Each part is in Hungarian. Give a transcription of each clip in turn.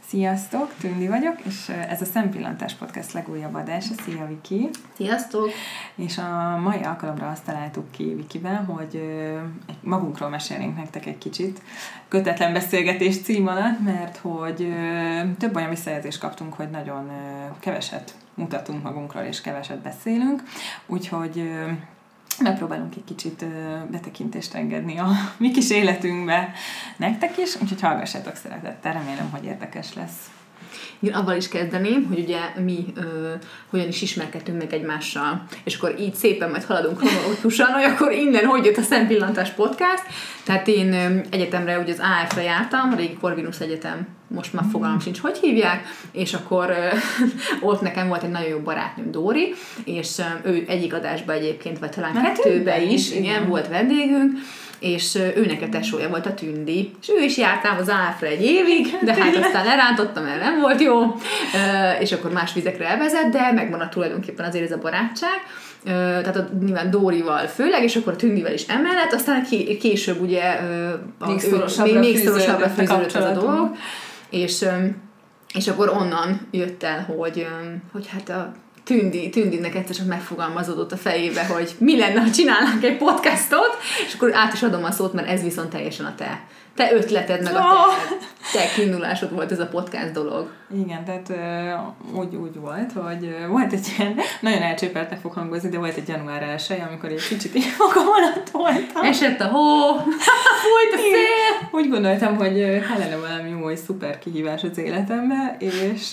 Sziasztok, Tündi vagyok, és ez a Szempillantás Podcast legújabb adása. Szia, Viki! Sziasztok! És a mai alkalomra azt találtuk ki Vikivel, hogy magunkról mesélnénk nektek egy kicsit kötetlen beszélgetés cím alatt, mert hogy több olyan visszajelzést kaptunk, hogy nagyon keveset mutatunk magunkról, és keveset beszélünk, úgyhogy megpróbálunk egy kicsit betekintést engedni a mi kis életünkbe nektek is, úgyhogy hallgassátok szeretettel, remélem, hogy érdekes lesz. Én avval is kezdeném, hogy ugye mi hogyan is ismerkedtünk meg egymással, és akkor így szépen majd haladunk kronológikusan, hogy akkor innen hogy jött a Szempillantás Podcast. Tehát én egyetemre, ugye az AF-re jártam, a régi Corvinus Egyetem, most már fogalmam sincs, hogy hívják, és akkor ott nekem volt egy nagyon jó barátnőm, Dóri, és ő egyik adásban egyébként, vagy talán kettőben is, igen, volt vendégünk, és ő neki tesója volt a Tündi, és ő is jártál az AF-re egy évig, de hát aztán lerántottam, mert nem volt jó, és akkor más vizekre elvezett, de megmaradt tulajdonképpen azért ez a barátság, tehát nyilván Dórival főleg, és akkor a Tündivel is emellett, aztán később ugye még szorosabbra fűződött ez a dolog, és akkor onnan jött el, hogy hát a Tündinek egyszer csak megfogalmazódott a fejébe, hogy mi lenne, ha csinálnánk egy podcastot, és akkor át is adom a szót, mert ez viszont teljesen a te ötleted, meg a te kiindulásod volt ez a podcast dolog. Igen, tehát úgy volt, hogy volt egy ilyen, nagyon elcsépeltnek fog hangozni, de volt egy január 1-je, amikor egy kicsit így magam alatt voltam. Esett a hó, fújt a szél. Úgy gondoltam, hogy kellene valami új szuper kihívás az életembe, és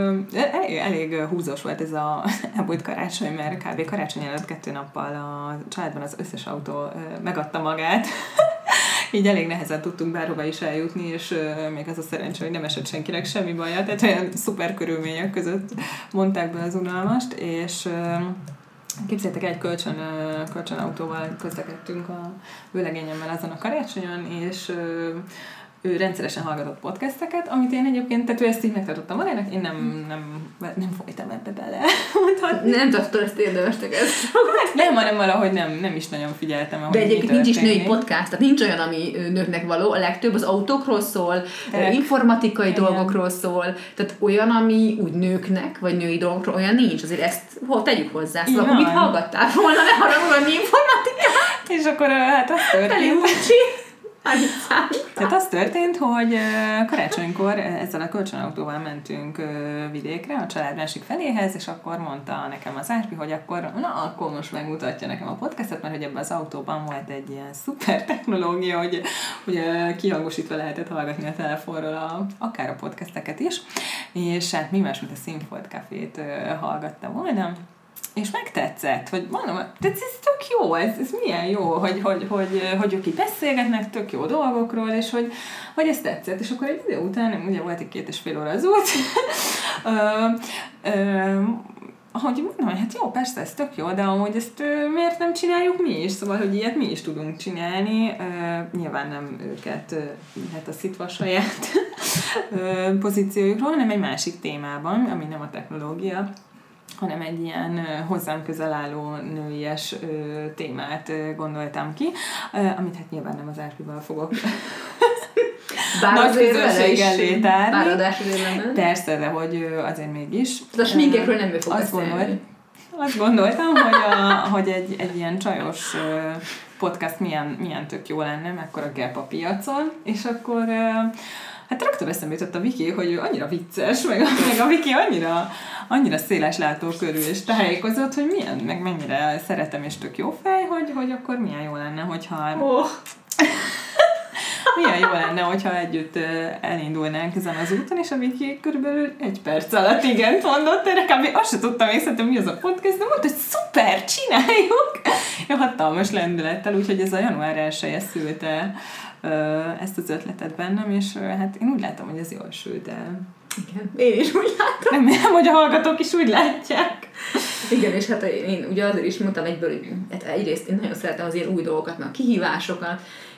elég húzós volt ez a elbújt karácsony, mert kb. Karácsony előtt 2 nappal a családban az összes autó megadta magát. Így elég nehezen tudtunk bárhova is eljutni, és még az a szerencsé, hogy nem esett senkinek semmi baja, tehát olyan szuper körülmények között mondták be az unalmast, és képzeljétek, egy kölcsönautóval közlekedtünk a vőlegényemmel azon a karácsonyon, és ő rendszeresen hallgatott podcasteket, amit én egyébként, tehát ő ezt így megtartottam magának, én nem folytam ebbe bele. Nem tartottam ezt érdemestek ezt. Nem, hanem valahogy nem is nagyon figyeltem. De egyébként nincs is női podcast, tehát nincs olyan, ami nőknek való, a legtöbb az autókról szól, informatikai dolgokról szól, tehát olyan, ami úgy nőknek, vagy női dolgokról, olyan nincs, azért ezt tegyük hozzá. Szóval akkor mit hallgattál volna, ne haragudni informatikát? És akkor hát azt történt. Tehát az történt, hogy karácsonykor ezzel a kölcsönautóval mentünk vidékre, a család másik feléhez, és akkor mondta nekem az Árpi, hogy akkor most megmutatja nekem a podcastet, mert hogy ebben az autóban volt egy ilyen szuper technológia, hogy kihangosítva lehetett hallgatni a telefonról akár a podcasteket is, és hát mi más, mint a Színfolt Cafét hallgattam volna, és megtetszett, hogy mondom, ez tök jó, ez milyen jó, hogy ők így beszélgetnek tök jó dolgokról, és hogy ez tetszett. És akkor egy idő után, ugye volt egy 2,5 óra az út, ahogy mondom, hogy hát jó, persze, ez tök jó, de amúgy ezt miért nem csináljuk mi is? Szóval, hogy ilyet mi is tudunk csinálni. Nyilván nem őket lehetaszítva a saját pozíciójukról, hanem egy másik témában, ami nem a technológia, hanem egy ilyen hozzám közel álló nőies témát gondoltam ki, amit hát nyilván nem az Árpival fogok nagy közönség elé tárni. Persze, de hogy azért mégis. A sminkekről nem ő fog beszélni. Azt gondoltam, hogy egy ilyen csajos podcast milyen tök jó lenne, mekkora gap a piacon, és akkor hát rögtön eszembe jutott a Viki, hogy ő annyira vicces, meg a Viki annyira széles látókörű és tájékozott, hogy meg mennyire szeretem és tök jó fej, hogy akkor milyen jó lenne, hogyha milyen jó lenne, hogyha együtt elindulnánk ezen az úton, és a Viki körülbelül 1 perc alatt igent mondott, erre kb. Azt sem tudtam észrevenni, mi az a podcast, de mondta, hogy szuper, csináljuk! Ja, hatalmas lendülettel, úgyhogy ez a január 1-je szülte ezt az ötletet bennem, és hát én úgy látom, hogy ez jól sült el. Igen, én is úgy látom. Remélem, hogy a hallgatók is úgy látják. Igen, és hát én ugye azért is mondtam egyből, hogy hát egyrészt én nagyon szeretem az ilyen új dolgokat, meg a kihívásokat,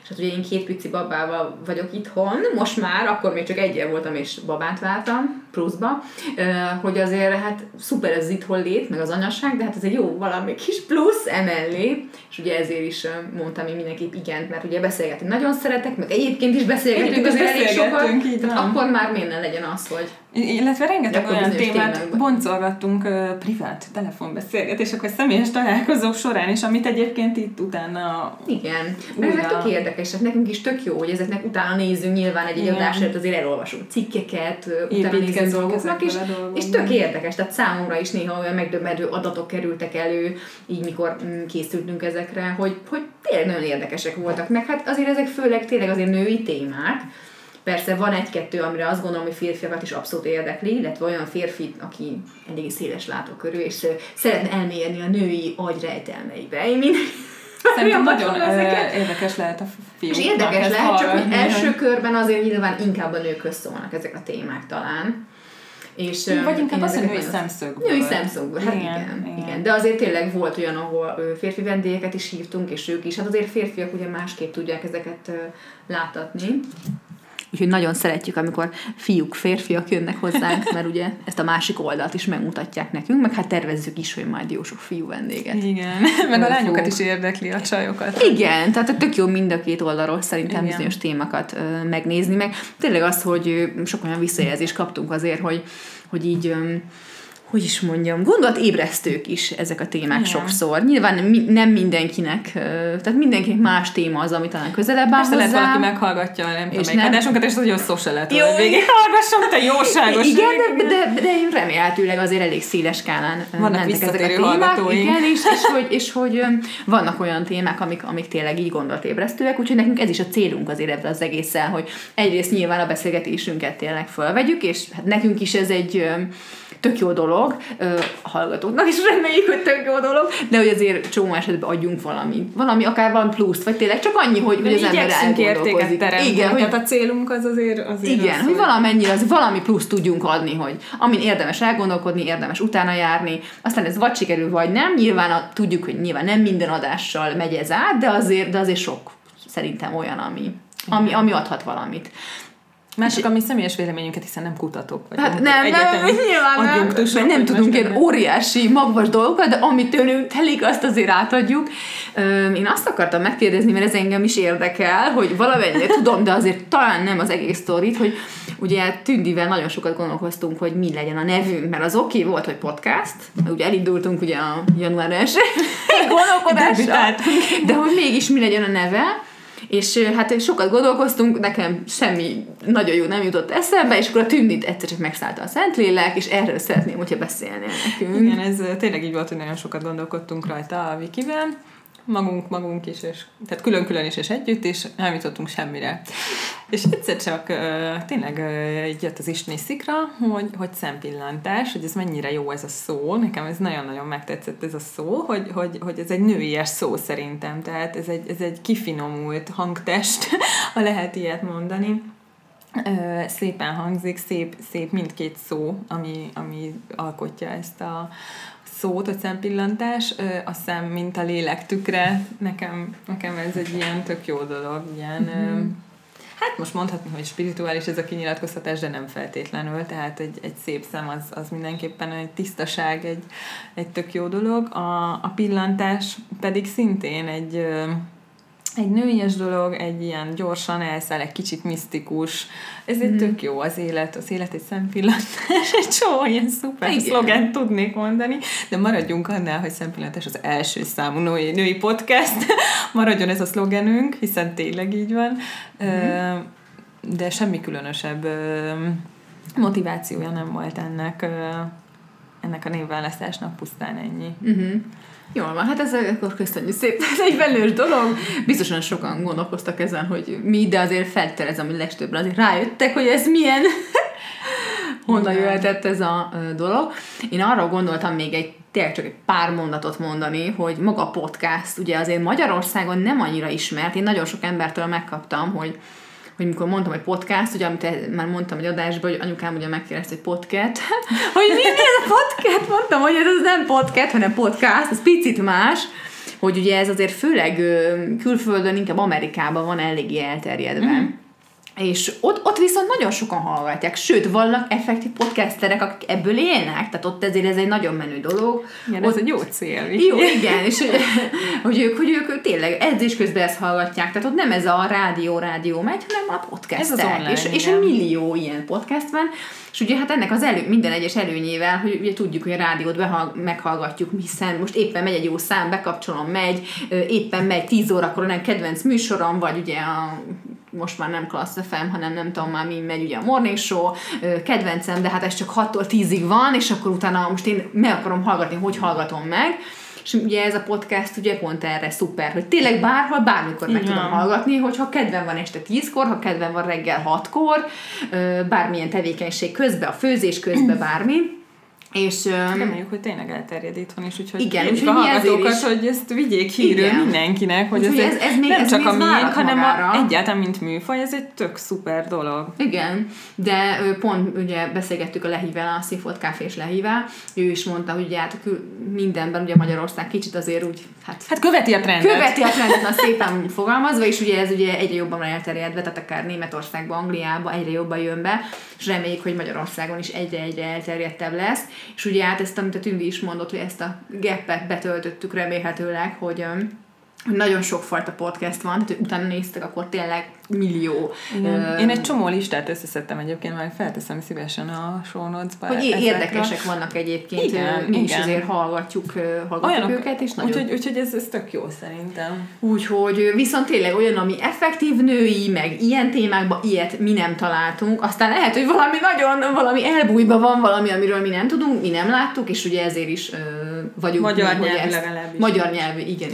és hát ugye én 2 pici babával vagyok itthon, most már, akkor még csak egyen voltam, és babát vártam, pluszba, hogy azért hát szuper ez itthon lét, meg az anyasság, de hát ez egy jó valami kis plusz emellé, és ugye ezért is mondtam én mindenképp igent, mert ugye beszélgetni nagyon szeretek, meg egyébként is beszélgetünk azért elég sokat, tehát akkor már miért ne legyen az, hogy illetve rengeteg olyan témát boncolgattunk privát telefonbeszélgetések, vagy személyes találkozók során is, amit egyébként itt utána... Igen, mert ezek tök érdekes, nekünk is tök jó, hogy ezeknek utána nézzünk, nyilván egy adás előtt azért elolvasunk cikkeket, utána nézzünk dolgoknak, és tök érdekes, tehát számomra is néha olyan megdöbbentő adatok kerültek elő, így mikor készültünk ezekre, hogy tényleg nagyon érdekesek voltak, meg hát azért ezek főleg tényleg azért női témák. Persze van egy-kettő, amire azt gondolom, hogy férfiakat is abszolút érdekli, illetve olyan férfi, aki elég széles látókörű, és szeretne elmérni a női agy rejtelmeibe. Szerintem nagyon érdekes lehet a fiúknak. És érdekes lehet, csak hogy első körben azért nyilván inkább a nőkhöz szólnak ezek a témák talán. És, vagy inkább az, hogy női szemszögből. Női szemszögből, hát igen. De azért tényleg volt olyan, ahol férfi vendégeket is hívtunk, és ők is. Hát azért férfiak ugye másképp tudják ezeket láttatni. Úgyhogy nagyon szeretjük, amikor fiúk, férfiak jönnek hozzánk, mert ugye ezt a másik oldalt is megmutatják nekünk, meg hát tervezzük is, hogy majd jó sok fiú vendéget. Igen, meg a lányokat is érdekli, a csajokat. Igen, tehát tök jó mind a két oldalról szerintem bizonyos témákat megnézni, meg tényleg az, hogy sok olyan visszajelzést kaptunk azért, hogy így... hogy is mondjam, gondolatébresztők is ezek a témák sokszor. Nyilván nem mindenkinek, tehát mindenkinek más téma az, ami talán közelebb áll hozzá. Persze lehet valaki meghallgatja, nem tudom, melyik adásunkat, és az nagyon szó se lehet, hogy végighallgassam, te jóságos. Igen, de én remélhetőleg azért elég széles skálán vannak visszatérő hallgatóink. Igen, és hogy vannak olyan témák, amik tényleg így gondolatébresztőek, úgyhogy nekünk ez is a célunk azért ebben az egésszel, hogy egyrészt nyilván a beszélgetésünket tényleg fölvegyük, és hát nekünk is ez egy tök jó dolog, a hallgatóknak is reméljük, hogy tök jó dolog, de hogy azért csomó esetben adjunk valami akár van pluszt, vagy tényleg csak annyi, hogy az ember elgondolkozik. Igen, hogy a célunk az azért igen, hogy valamennyire az valami pluszt tudjunk adni, hogy amin érdemes elgondolkodni, érdemes utána járni, aztán ez vagy sikerül, vagy nem, nyilván tudjuk, hogy nyilván nem minden adással megy ez át, de azért sok szerintem olyan, ami adhat valamit. Másik, ami személyes véleményünket, hiszen nem kutatók vagyunk. Hát nyilván nem tudunk ilyen óriási, magvas dolgokat, de amit tőlünk telik, azt azért átadjuk. Én azt akartam megkérdezni, mert ez engem is érdekel, hogy valamennyire tudom, de azért talán nem az egész sztorit, hogy ugye Tündivel nagyon sokat gondolkoztunk, hogy mi legyen a nevünk, mert az oké volt, hogy podcast, ugye elindultunk ugye a január 1. gondolkodással, de hogy mégis mi legyen a neve. És hát sokat gondolkoztunk, nekem semmi nagyon jó nem jutott eszembe, és akkor a Tündit egyszer csak megszállta a Szentlélek, és erről szeretném, hogyha beszélnél nekünk. Igen, ez tényleg így volt, hogy nagyon sokat gondolkodtunk rajta a Vikivel, magunk is, és, tehát külön-külön is, és együtt, és nem jutottunk semmire. És egyszer csak tényleg így jött az isteni szikra, hogy szempillantás, hogy ez mennyire jó ez a szó, nekem ez nagyon-nagyon megtetszett ez a szó, hogy ez egy nőies szó szerintem, tehát ez egy kifinomult hangtest, ha lehet ilyet mondani. Szépen hangzik, szép mindkét szó, ami alkotja ezt a szót, a szempillantás, a szem, mint a lélek tükre, nekem ez egy ilyen tök jó dolog, ilyen, hát most mondhatni, hogy spirituális ez a kinyilatkoztatás, de nem feltétlenül, tehát egy szép szem az mindenképpen egy tisztaság, egy tök jó dolog, a pillantás pedig szintén egy nőies dolog, egy ilyen gyorsan elszáll, egy kicsit misztikus. Ez egy tök jó az élet egy szempillantás, egy csomó ilyen szuper szlogent tudnék mondani, de maradjunk annál, hogy szempillantás az első számú női podcast. Maradjon ez a szlogenünk, hiszen tényleg így van. De semmi különösebb motivációja nem volt ennek a névválasztásnak, pusztán ennyi. Jól van, hát ez akkor köszönjük szépen, ez egy velős dolog. Biztosan sokan gondolkoztak ezen, hogy mi, de azért feltételezem, hogy legtöbben azért rájöttek, hogy ez milyen, honnan jöhetett ez a dolog. Én arra gondoltam még tényleg csak egy pár mondatot mondani, hogy maga a podcast, ugye azért Magyarországon nem annyira ismert. Én nagyon sok embertől megkaptam, hogy mikor mondtam, hogy podcast, ugye, amit már mondtam egy adásban, hogy anyukám ugye megkérdezte, hogy podcast, hogy mi ez a podcast? Mondtam, hogy ez nem podcast, hanem podcast, ez picit más. hogy ugye ez azért főleg külföldön, inkább Amerikában van eléggé elterjedve. És ott viszont nagyon sokan hallgatják, sőt, vannak effektív podcasterek, akik ebből élnek, tehát ott ezért ez egy nagyon menő dolog. Igen, ott, ez egy jó cél. Jó, igen, és hogy ők tényleg edzés közben ezt hallgatják, tehát ott nem ez a rádió megy, hanem a podcastek, és egy millió ilyen podcast van, és ugye hát ennek az minden egyes előnyével, hogy ugye tudjuk, hogy a rádiót meghallgatjuk, hiszen most éppen megy egy jó szám, bekapcsolom, éppen megy 10 órakor, nem kedvenc műsorom, vagy ugye most már nem Klassz FM, hanem nem tudom már mi megy, ugye a Morning Show, kedvencem, de hát ez csak 6-tól 10-ig van, és akkor utána most én meg akarom hallgatni, hogy hallgatom meg, és ugye ez a podcast ugye pont erre szuper, hogy tényleg bárhol, bármikor meg tudom hallgatni, hogyha kedven van este 10-kor, ha kedven van reggel 6-kor, bármilyen tevékenység közben, a főzés közben, bármi. És reméljük, hogy tényleg elterjed itthon is, úgyhogy igen, a hallgatókat, hogy ezt vigyék hírül mindenkinek, hogy ez nem csak a miénk, hanem egyáltalán mint műfaj, ez egy tök szuper dolog. Igen, de pont ugye beszélgettük a Lehivel, a Színfolt Káfés Lehivel, ő is mondta, hogy hát mindenben ugye Magyarország kicsit azért úgy, hát követi a trendet. Na szépen fogalmazva, és ugye ez ugye egyre jobban elterjedve, tehát akár Németországban, Angliában egyre jobban jön be, és reméljük, hogy Magyarországon is egyre elterjedtebb lesz. És ugye hát ezt, amit a Tündi is mondott, hogy ezt a gapet betöltöttük remélhetőleg, hogy nagyon sokfajta podcast van, tehát utána néztek, akkor tényleg millió. Én egy csomó listát összeszedtem egyébként, majd felteszem szívesen a show notes-ba. Hogy érdekesek vannak egyébként, igen, mi is azért hallgatjuk őket, és nagyon... Úgyhogy ez tök jó szerintem. Úgyhogy viszont tényleg olyan, ami effektív női, meg ilyen témákban ilyet mi nem találtunk, aztán lehet, hogy valami elbújban van valami, amiről mi nem tudunk, mi nem láttuk, és ugye ezért is vagyunk. Magyar nyelvű legalábbis. Magyar nyelvű, igen.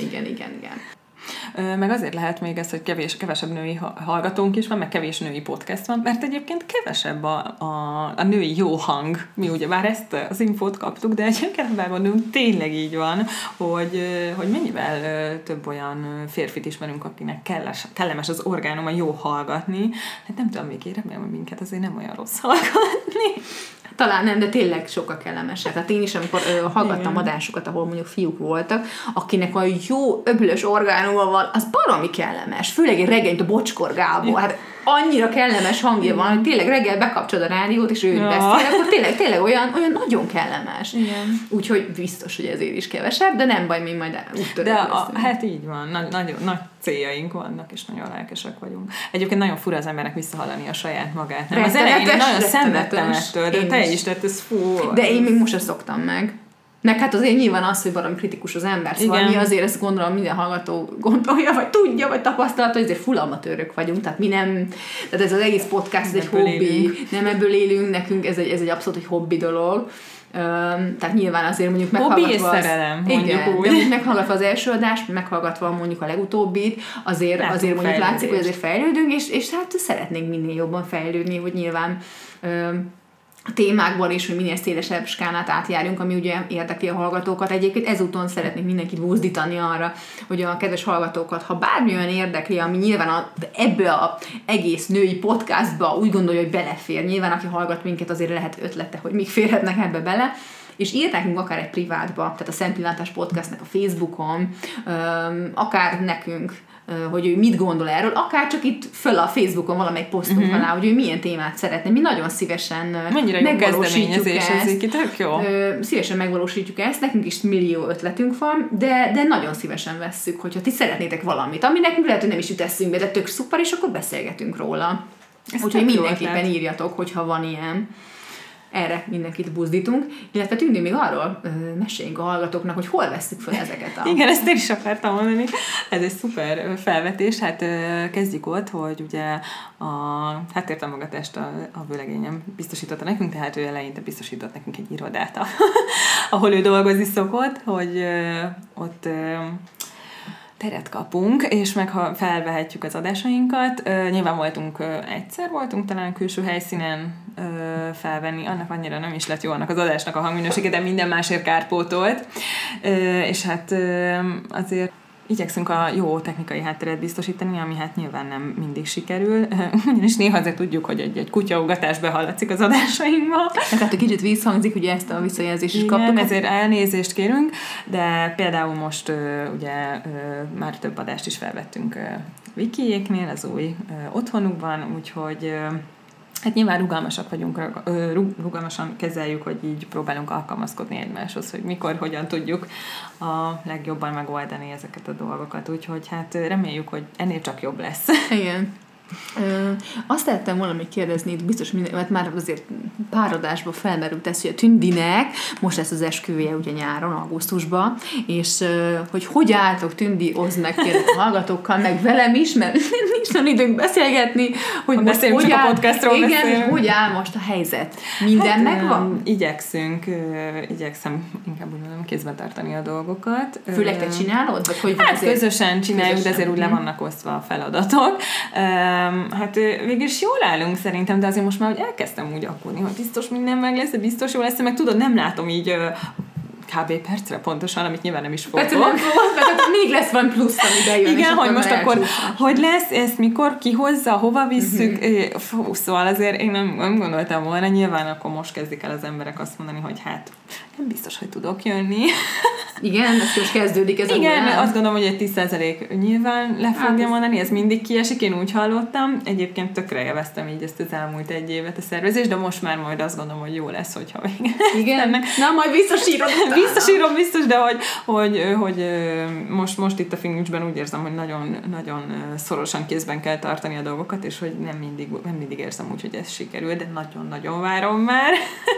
Meg azért lehet még ez, hogy kevesebb női hallgatónk is van, meg kevés női podcast van, mert egyébként kevesebb a női jó hang. Mi ugyebár ezt az infót kaptuk, de egyébként belgondolunk, tényleg így van, hogy mennyivel több olyan férfit ismerünk, akinek kellemes az orgánuma, jó hallgatni. Hát nem tudom, még remélem, hogy minket azért nem olyan rossz hallgatni. Talán nem, de tényleg sokkal kellemesebb. Tehát én is, amikor hallgattam adásokat, ahol mondjuk fiúk voltak, akinek a jó öblös orgánuma van, az baromi kellemes. Főleg egy reggel, a Bocskor Gábor. Hát annyira kellemes hangja van, hogy tényleg reggel bekapcsolod a rádiót, és ő beszél, akkor tényleg olyan nagyon kellemes. Igen. Úgyhogy biztos, hogy ezért is kevesebb, de nem baj, mi majd úttörök. De hát így van, nagyon nagy céljaink vannak, és nagyon lelkesek vagyunk. Egyébként nagyon fura az embernek visszahallani a saját magát. Nem? Az elején nagyon szenvedtem ettől, de te is, tehát ez fú. De én még most sem szoktam meg. Meg hát azért nyilván az, hogy valami kritikus az ember, szóval mi azért ezt gondolom minden hallgató gondolja, vagy tudja, vagy tapasztalata, hogy azért full amatőrök vagyunk, tehát mi nem, tehát ez az egész podcast egy hobbi, nem ebből élünk, nekünk ez egy abszolút egy hobbi dolog. Tehát nyilván azért mondjuk meghallgatva... Hobbi és szerelem, mondjuk úgy. De mondjuk meghallgatva az első adást, meghallgatva mondjuk a legutóbbit, azért mondjuk látszik, hogy azért fejlődünk, és hát szeretnénk minél jobban fejlődni, hogy nyilván a témákban is, hogy minél szélesebb skálát átjárjunk, ami ugye érdekli a hallgatókat. Egyébként ezúton szeretnék mindenkit buzdítani arra, hogy a kedves hallgatókat, ha bármi olyan érdekli, ami nyilván ebből az egész női podcastba úgy gondolja, hogy belefér. Nyilván, aki hallgat minket, azért lehet ötlete, hogy mik férhetnek ebbe bele. És írt nekünk akár egy privátba, tehát a Szempillantás Podcastnek a Facebookon, akár nekünk, hogy ő mit gondol erről, akár csak itt föl a Facebookon valamelyik posztunk alá, hogy ő milyen témát szeretne. Mi nagyon szívesen megvalósítjuk ezt. Tök jó. Szívesen megvalósítjuk ezt, nekünk is millió ötletünk van, de nagyon szívesen vesszük, hogyha ti szeretnétek valamit, ami nekünk lehet, hogy nem is jut eszünkbe, de tök szuper, és akkor beszélgetünk róla. Úgyhogy mindenképpen írjatok, hogyha van ilyen. Erre mindenkit buzdítunk, illetve Tündi, még arról meséljünk a hallgatóknak, hogy hol vesszük fel ezeket a... Igen, ezt én is akartam mondani. Ez egy szuper felvetés. Hát kezdjük ott, hogy ugye a háttértámogatást a vőlegényem biztosította nekünk, tehát ő eleinte biztosított nekünk egy irodát, ahol ő dolgozni szokott, hogy ott teret kapunk, és meg ha felvehetjük az adásainkat. Nyilván egyszer voltunk talán külső helyszínen felvenni, annak annyira nem is lett jó annak az adásnak a hangminősége, de minden másért kárpótolt. És hát azért igyekszünk a jó technikai hátteret biztosítani, ami hát nyilván nem mindig sikerül, ugyanis néha azért tudjuk, hogy egy kutyaugatás behallatszik az adásainkba. Tehát egy kicsit visszhangzik, ugye ezt a visszajelzést is kaptuk. Igen, ezért elnézést kérünk, de például most ugye már több adást is felvettünk Vikiéknél, az új otthonukban, úgyhogy hát nyilván rugalmasak vagyunk, rugalmasan kezeljük, hogy így próbálunk alkalmazkodni egymáshoz, hogy mikor, hogyan tudjuk a legjobban megoldani ezeket a dolgokat. Úgyhogy hát reméljük, hogy ennél csak jobb lesz. Igen. Azt szerettem volna még kérdezni, biztos mert már azért pár adásban felmerült ez, hogy a Tündinek most lesz az esküvője ugye nyáron, augusztusban, és hogy álltok, Tündi, oszd meg kérlek a hallgatókkal, meg velem is, mert nincs olyan időnk beszélgetni, hogy most hogy áll, a podcastról igen, beszélünk. Hogy áll most a helyzet? Minden hát, megvan? Igyekszem inkább úgy mondom, kézben tartani a dolgokat. Főleg te csinálod? Vagy hogy hát közösen csináljuk, de azért úgy le vannak osztva a feladatok. Hát végülis jól állunk szerintem, de azért most már hogy elkezdtem úgy aggódni, hogy biztos minden meg lesz, biztos jó lesz, meg tudod, nem látom így kb. Percre pontosan, amit nyilván nem is fogok. Persze nem fogok, mert még lesz van plusz, ami bejön. Igen, hogy most akkor, hogy lesz, ezt mikor kihozza, hova visszük, szóval azért én nem gondoltam volna, nyilván akkor most kezdik el az emberek azt mondani, hogy hát nem biztos, hogy tudok jönni. Igen, ez most kezdődik ez a igen, azt gondolom, hogy egy 10% nyilván le fogja mondani, ez mindig kiesik, én úgy hallottam. Egyébként tökre élveztem így ezt az elmúlt egy évet a szervezést, de most már majd azt gondolom, hogy jó lesz, hogyha még igen, na majd visszasírom. Visszasírom biztos, de hogy most itt a Finnicsben úgy érzem, hogy nagyon, nagyon szorosan kézben kell tartani a dolgokat, és hogy nem mindig érzem úgy, hogy ez sikerül, de nagyon-nagyon várom már.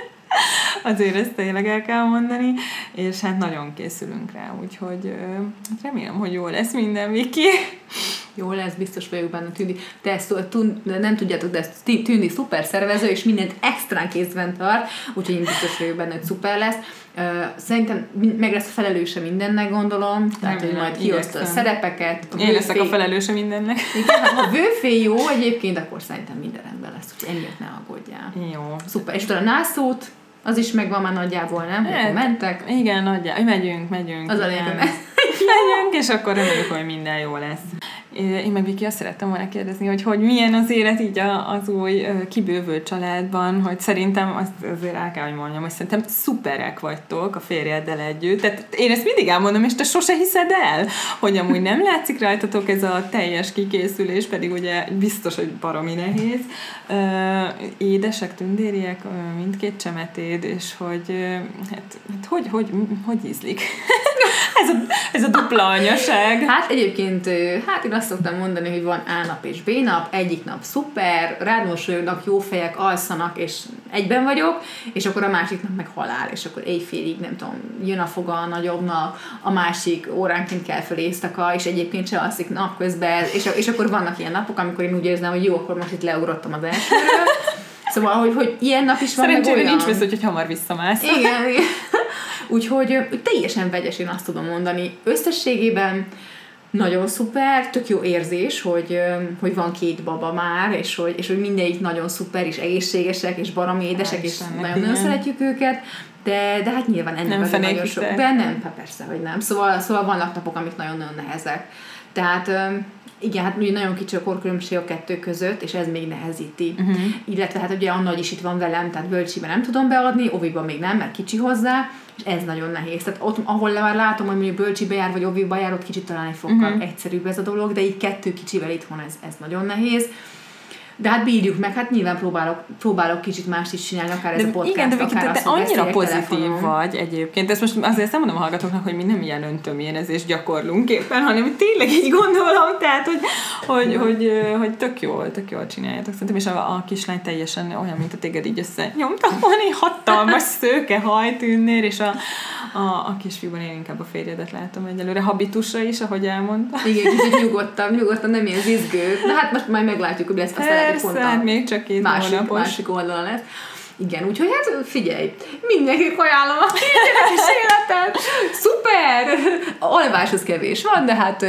Azért ezt tényleg el kell mondani, és hát nagyon készülünk rá, úgyhogy remélem, hogy jó lesz minden, Viki. Jó lesz, biztos vagyok benne, Tündi. Te ezt nem tudjátok, de ezt Tündi szuper szervező, és mindent extrán kézben tart, úgyhogy én biztos vagyok benne, hogy szuper lesz. Szerintem meg lesz a felelőse mindennek, gondolom, tehát hogy majd kiosztja a szerepeket. Én leszek a felelőse mindennek. Igen, ha vőfély jó egyébként, akkor szerintem minden rendben lesz, úgyhogy ennyiért ne aggódjál. Jó. Szuper. És talán nászót, az is megvan már nagyjából, nem? Akkor mentek? Igen, nagyjából. Megyünk. Az a lényeg. Megyünk, és akkor reméljük, hogy minden jó lesz. Én meg Viki azt szerettem volna kérdezni, hogy milyen az élet így az új kibővült családban, hogy szerintem azért el kell, hogy mondjam, hogy szerintem szuperek vagytok a férjeddel együtt. Tehát én ezt mindig elmondom, és te sose hiszed el, hogy amúgy nem látszik rajtatok ez a teljes kikészülés, pedig ugye biztos, hogy baromi nehéz. Édesek, tündériek, mindkét csemetéd, és hogy ízlik? Ez a dupla anyaság. Hát egyébként, én azt szoktam mondani, hogy van A nap és B nap, egyik nap szuper, rád mosolyognak, jó fejek, alszanak, és egyben vagyok, és akkor a másik nap meg halál, és akkor éjfélig, nem tudom, jön a foga a nagyobbnak, a másik óránként kell föl éjszaka, és egyébként se alszik napközben, és akkor vannak ilyen napok, amikor én úgy érzem, hogy jó, akkor most itt leugrottam az elsőről. Szóval, hogy ilyen nap is van, szerencsére nincs vesz, hogy hamar visszamász. Igen. Úgyhogy teljesen vegyes, én azt tudom mondani. Összességében nagyon szuper, tök jó érzés, hogy van 2 baba már, és hogy mindegyik nagyon szuper, és egészségesek, és baromi édesek, és nagyon szeretjük őket, de hát nyilván ennek az nagyon sok. De nem, persze, hogy nem. Szóval vannak napok, amik nagyon-nagyon nehezek. Tehát igen, hát ugye nagyon kicsi a korkülönbség a 2 között, és ez még nehezíti. Illetve hát ugye a nagy is itt van velem, tehát bölcsiben nem tudom beadni, oviban még nem, mert kicsi hozzá, és ez nagyon nehéz. Tehát ott, ahol már látom, hogy mondjuk bölcsibe jár, vagy oviba jár, ott kicsit talán egy fokkal egyszerűbb ez a dolog, de így 2 kicsivel itthon ez nagyon nehéz. De hát bírjuk meg, hát nyilván próbálok kicsit mást is csinálni, akár ez a podcast, igen, de akár te annyira pozitív vagy egyébként. Ezt most azért nem mondom a hallgatóknak, hogy mi nem ilyen öntömérezést gyakorlunk éppen, hanem tényleg így gondolom, tehát, hogy tök jól csináljátok. Szerintem, és a kislány teljesen olyan, mint a téged így összenyomtak volna, egy hatalmas szőke hajtűnnér, és a kisfiúban én inkább a férjedet látom egyelőre, habitusra is, ahogy elmondta. Igen, kicsit nyugodtan, nem ilyen zizgő. De hát most majd meglátjuk, hogy lesz a hát még csak 2 hónapos. Másik oldalon lesz. Igen, úgyhogy hát figyelj, mindenkinek ajánlom a gyerekes életet, szuper! Alváshoz kevés van, de hát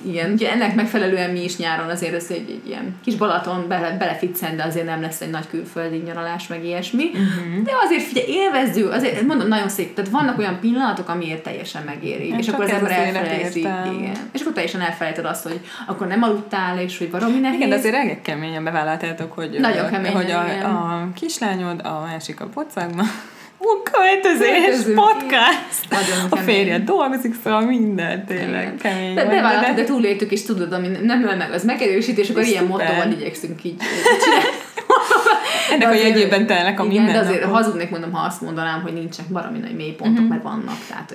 Igen, ugye ennek megfelelően mi is nyáron azért ez egy ilyen kis Balaton beleficen, de azért nem lesz egy nagy külföldi nyaralás, meg ilyesmi. De azért figyelj, élvezzük, azért mondom, nagyon szép, tehát vannak olyan pillanatok, amiért teljesen megéri. És akkor az ember elfelejti. Igen. És akkor teljesen elfelejted azt, hogy akkor nem aludtál, és hogy baromi nehéz. Igen, de azért elég keményen bevállaltátok, hogy, hogy a kislányod, a másik a pocakban, költözés, podcast, a férjed dolgozik, szóval minden tényleg kemény. De bevállaltuk, de túléltük, és tudod, ami nem meg az megerősítés, akkor ilyen mottoval igyekszünk így csinálni. Ennek a jegyében telnek a minden. De azért hazudnék, mondom, ha azt mondanám, hogy nincsenek baromi nagy mélypontok, mert vannak. Tehát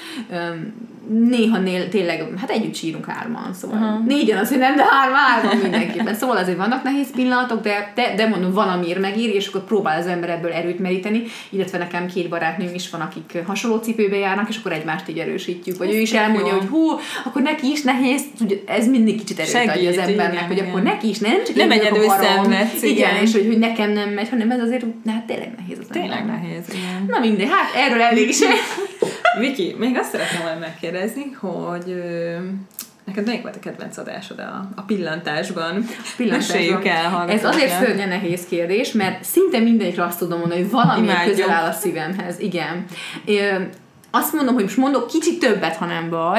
néha tényleg, hát együtt sírunk 3-an, szóval 4-en azért nem, de 3-an mindenképpen. Szóval azért vannak nehéz pillanatok, de mondom, van, amiért megéri, és akkor próbál az ember ebből erőt meríteni, illetve nekem 2 barátnőm is van, akik hasonló cipőbe járnak, és akkor egymást így erősítjük. Vagy ő is elmondja, hogy akkor neki is nehéz, ez mindig kicsit erőt adja az embernek, hogy akkor neki is nem, csak nem egyedül szenvedsz. Igen, és hogy nekem nem megy, hanem ez azért, hát tényleg nehéz az tényleg nehéz, igen. Na mindegy, hát erről elég is. Viki, még azt szeretném volna megkérdezni, hogy neked melyik volt a kedvenc adásod a pillantásban? Meséljük el hallgatóknak. Ez azért szörnyen nehéz kérdés, mert szinte mindegyikre azt tudom mondani, hogy valami közel áll a szívemhez. Igen. Azt mondom, hogy most mondok kicsit többet, ha nem baj.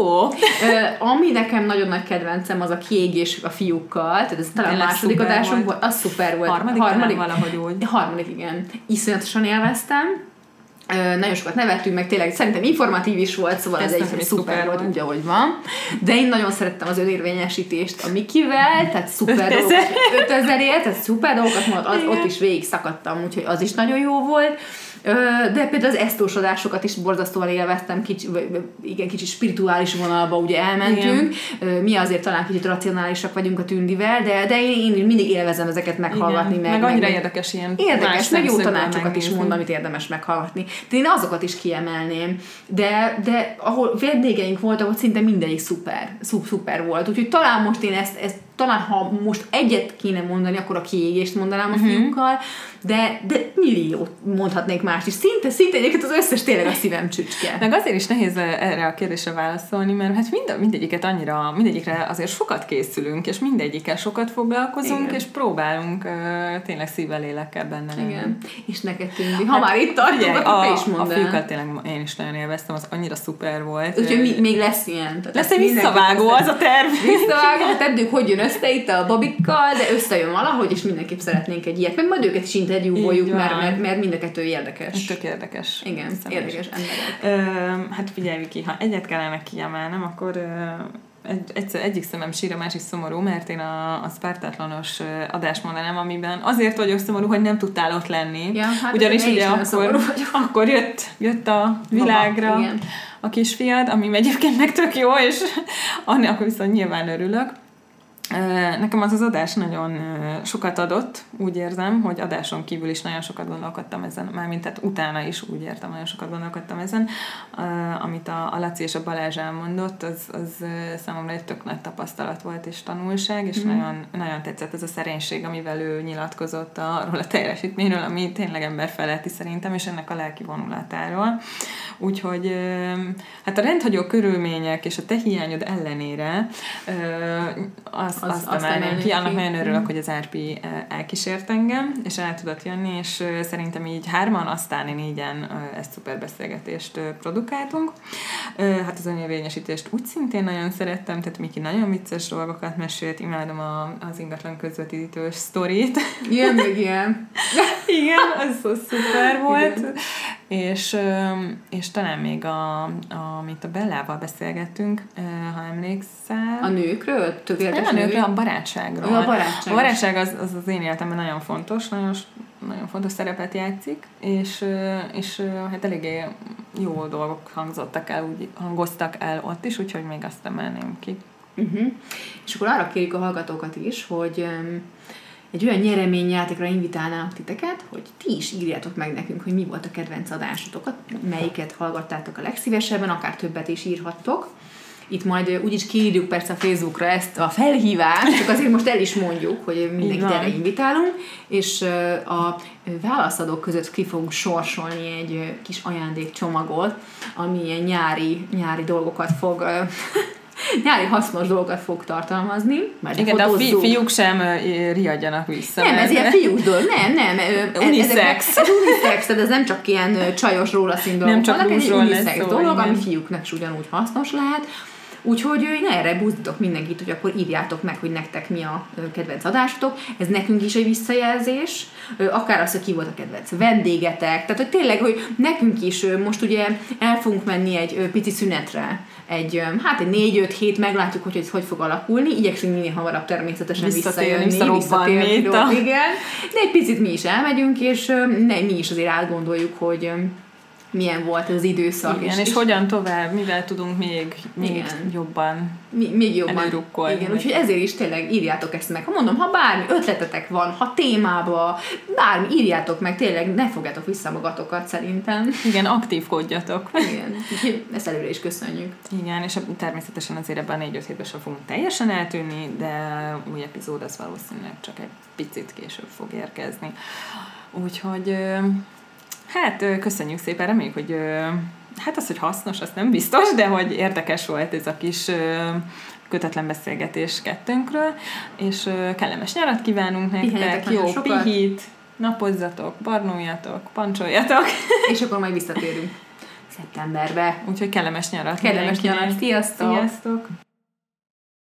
Ami nekem nagyon nagy kedvencem, az a kiégés a fiúkkal, tehát ez talán a második adásunk volt, az szuper volt. Harmadik valahogy úgy. Harmadik, igen. Iszonyatosan élveztem. Nagyon sokat nevettünk, meg tényleg szerintem informatív is volt, szóval ez egy szuper volt, úgy, ahogy van. De én nagyon szerettem az önérvényesítést a Mikivel, tehát szuper dolgokat, 5000-ért, tehát szuper dolgokat mondott, ott is végig szakadtam, úgyhogy az is nagyon jó volt. De például az esztósodásokat is borzasztóan élveztem, kicsit spirituális vonalba ugye elmentünk. Igen. Mi azért talán kicsit racionálisak vagyunk a Tündivel, de én mindig élvezem ezeket meghallgatni. Meg annyira érdekes ilyen. Érdekes, meg jó tanácsokat is mond, amit érdemes meghallgatni. De én azokat is kiemelném. De ahol vendégeink voltak, ott szinte mindegyik szuper volt. Úgyhogy talán most én ezt talán ha most egyet kéne mondani, akkor a kiégést mondanám a fiúkkal, de milliót mondhatnék mást is. Szinte egyébként az összes tényleg a szívem csücske. Meg azért is nehéz erre a kérdésre válaszolni, mert hát mindegyikre azért sokat készülünk, és mindegyikkel sokat foglalkozunk, igen. És próbálunk tényleg szívvel, lélekkel benne lenni. Igen. És neked Tündi, ha már itt tartunk, akkor te is mondd el. A fiúkat tényleg én is nagyon élveztem, az annyira szuper volt. Úgyhogy még lesz ilyen. Lesz egy visszavágó, az a terv. Visszavágó, hát eddig hogy jön össze itt a babikkal, de összejön valahogy, és mindenképp szeretnénk egy ilyet. Meg majd őket is interjúvoljuk, mert mind a kettő érdekes. Tök érdekes. Igen, érdekes emberek. Hát figyelj, Viki, ha egyet kellene kiemelnem, akkor egyik szemem sír, a másik szomorú, mert én a Spártátlanos adást mondanám, amiben azért vagyok szomorú, hogy nem tudtál ott lenni. Ja, hát ugyanis ugye akkor jött a világra Baba, a kisfiad, ami egyébként meg tök jó, és akkor viszont nyilván örülök. Nekem az adás nagyon sokat adott, úgy érzem, hogy adáson kívül is nagyon sokat gondolkodtam ezen, mármint tehát utána is úgy értem, nagyon sokat gondolkodtam ezen, amit a Laci és a Balázs elmondott, az számomra egy tök nagy tapasztalat volt és tanulság, és nagyon, nagyon tetszett ez a szerénység, amivel ő nyilatkozott arról a teljesítményről, ami tényleg emberfeletti szerintem, és ennek a lelki vonulatáról. Úgyhogy hát a rendhagyó körülmények és a te hiányod ellenére azt emelném ki. Annak nagyon örülök, hogy az Árpi elkísért engem, és el tudott jönni, és szerintem így 3-an, aztán 4-en ezt szuper beszélgetést produkáltunk. Hát az önérvényesítést úgy szintén nagyon szerettem, tehát Miki nagyon vicces dolgokat mesélt, imádom az ingatlan közvetítős sztorit. Igen, meg ilyen. Igen, az szuper volt. És talán még amit a Bellával beszélgettünk, ha emlékszel. A nőkről? Tökéletes nőkről, a barátságról. A barátság az az én életemben nagyon fontos, nagyon fontos szerepet játszik, és hát eléggé jó dolgok hangoztak el ott is, úgyhogy még azt emelném ki. És akkor arra kérjük a hallgatókat is, hogy egy olyan nyereményjátékra invitálnánk titeket, hogy ti is írjátok meg nekünk, hogy mi volt a kedvenc adásotokat, melyiket hallgattátok a legszívesebben, akár többet is írhattok. Itt majd úgyis kiírjuk persze a Facebookra ezt a felhívást, csak azért most el is mondjuk, hogy mindenkit erre invitálunk, és a válaszadók között ki fogunk sorsolni egy kis ajándékcsomagot, ami ilyen nyári dolgokat fog nyári hasznos dolgokat fog tartalmazni. Igen, de a fiúk sem riadjanak vissza. Nem, ez ilyen fiús dolog. Nem. Unisex. Ez unisex, tehát ez nem csak ilyen csajos rólaszín dolgok. Nem csak vannak, ez egy unisex dolog, igen. ami fiúknak is ugyanúgy hasznos lehet. Úgyhogy erre buzdítok mindenkit, hogy akkor írjátok meg, hogy nektek mi a kedvenc adásotok. Ez nekünk is egy visszajelzés. Akár az, hogy ki volt a kedvenc vendégetek. Tehát, hogy tényleg, hogy nekünk is most ugye el fogunk menni egy pici szünetre. Egy 4-5 hét meglátjuk, hogy ez hogy fog alakulni. Igyekszünk minél hamarabb természetesen visszatérni. Igen. De egy picit mi is elmegyünk, és mi is azért átgondoljuk, hogy milyen volt ez az időszak. Igen, és hogyan tovább, mivel tudunk még jobban előrukkolni. Igen, úgyhogy ezért is tényleg írjátok ezt meg. Ha mondom, ha bármi ötletetek van, ha témába, bármi, írjátok meg, tényleg ne fogjátok vissza magatokat szerintem. Igen, aktívkodjatok. Igen, úgyhogy ezt előre is köszönjük. Igen, és természetesen azért ebben 4-5 hétben sem fogunk teljesen eltűnni, de új epizód az valószínűleg csak egy picit később fog érkezni. Úgyhogy köszönjük szépen, reméljük, hogy hogy hasznos, az nem biztos, de hogy érdekes volt ez a kis kötetlen beszélgetés kettőnkről, és kellemes nyarat kívánunk nektek, jó pihit, napozzatok, barnuljatok, pancsoljatok. És akkor majd visszatérünk szeptemberbe. Úgyhogy kellemes nyarat. Kellemes nyarat, sziasztok! Sziasztok!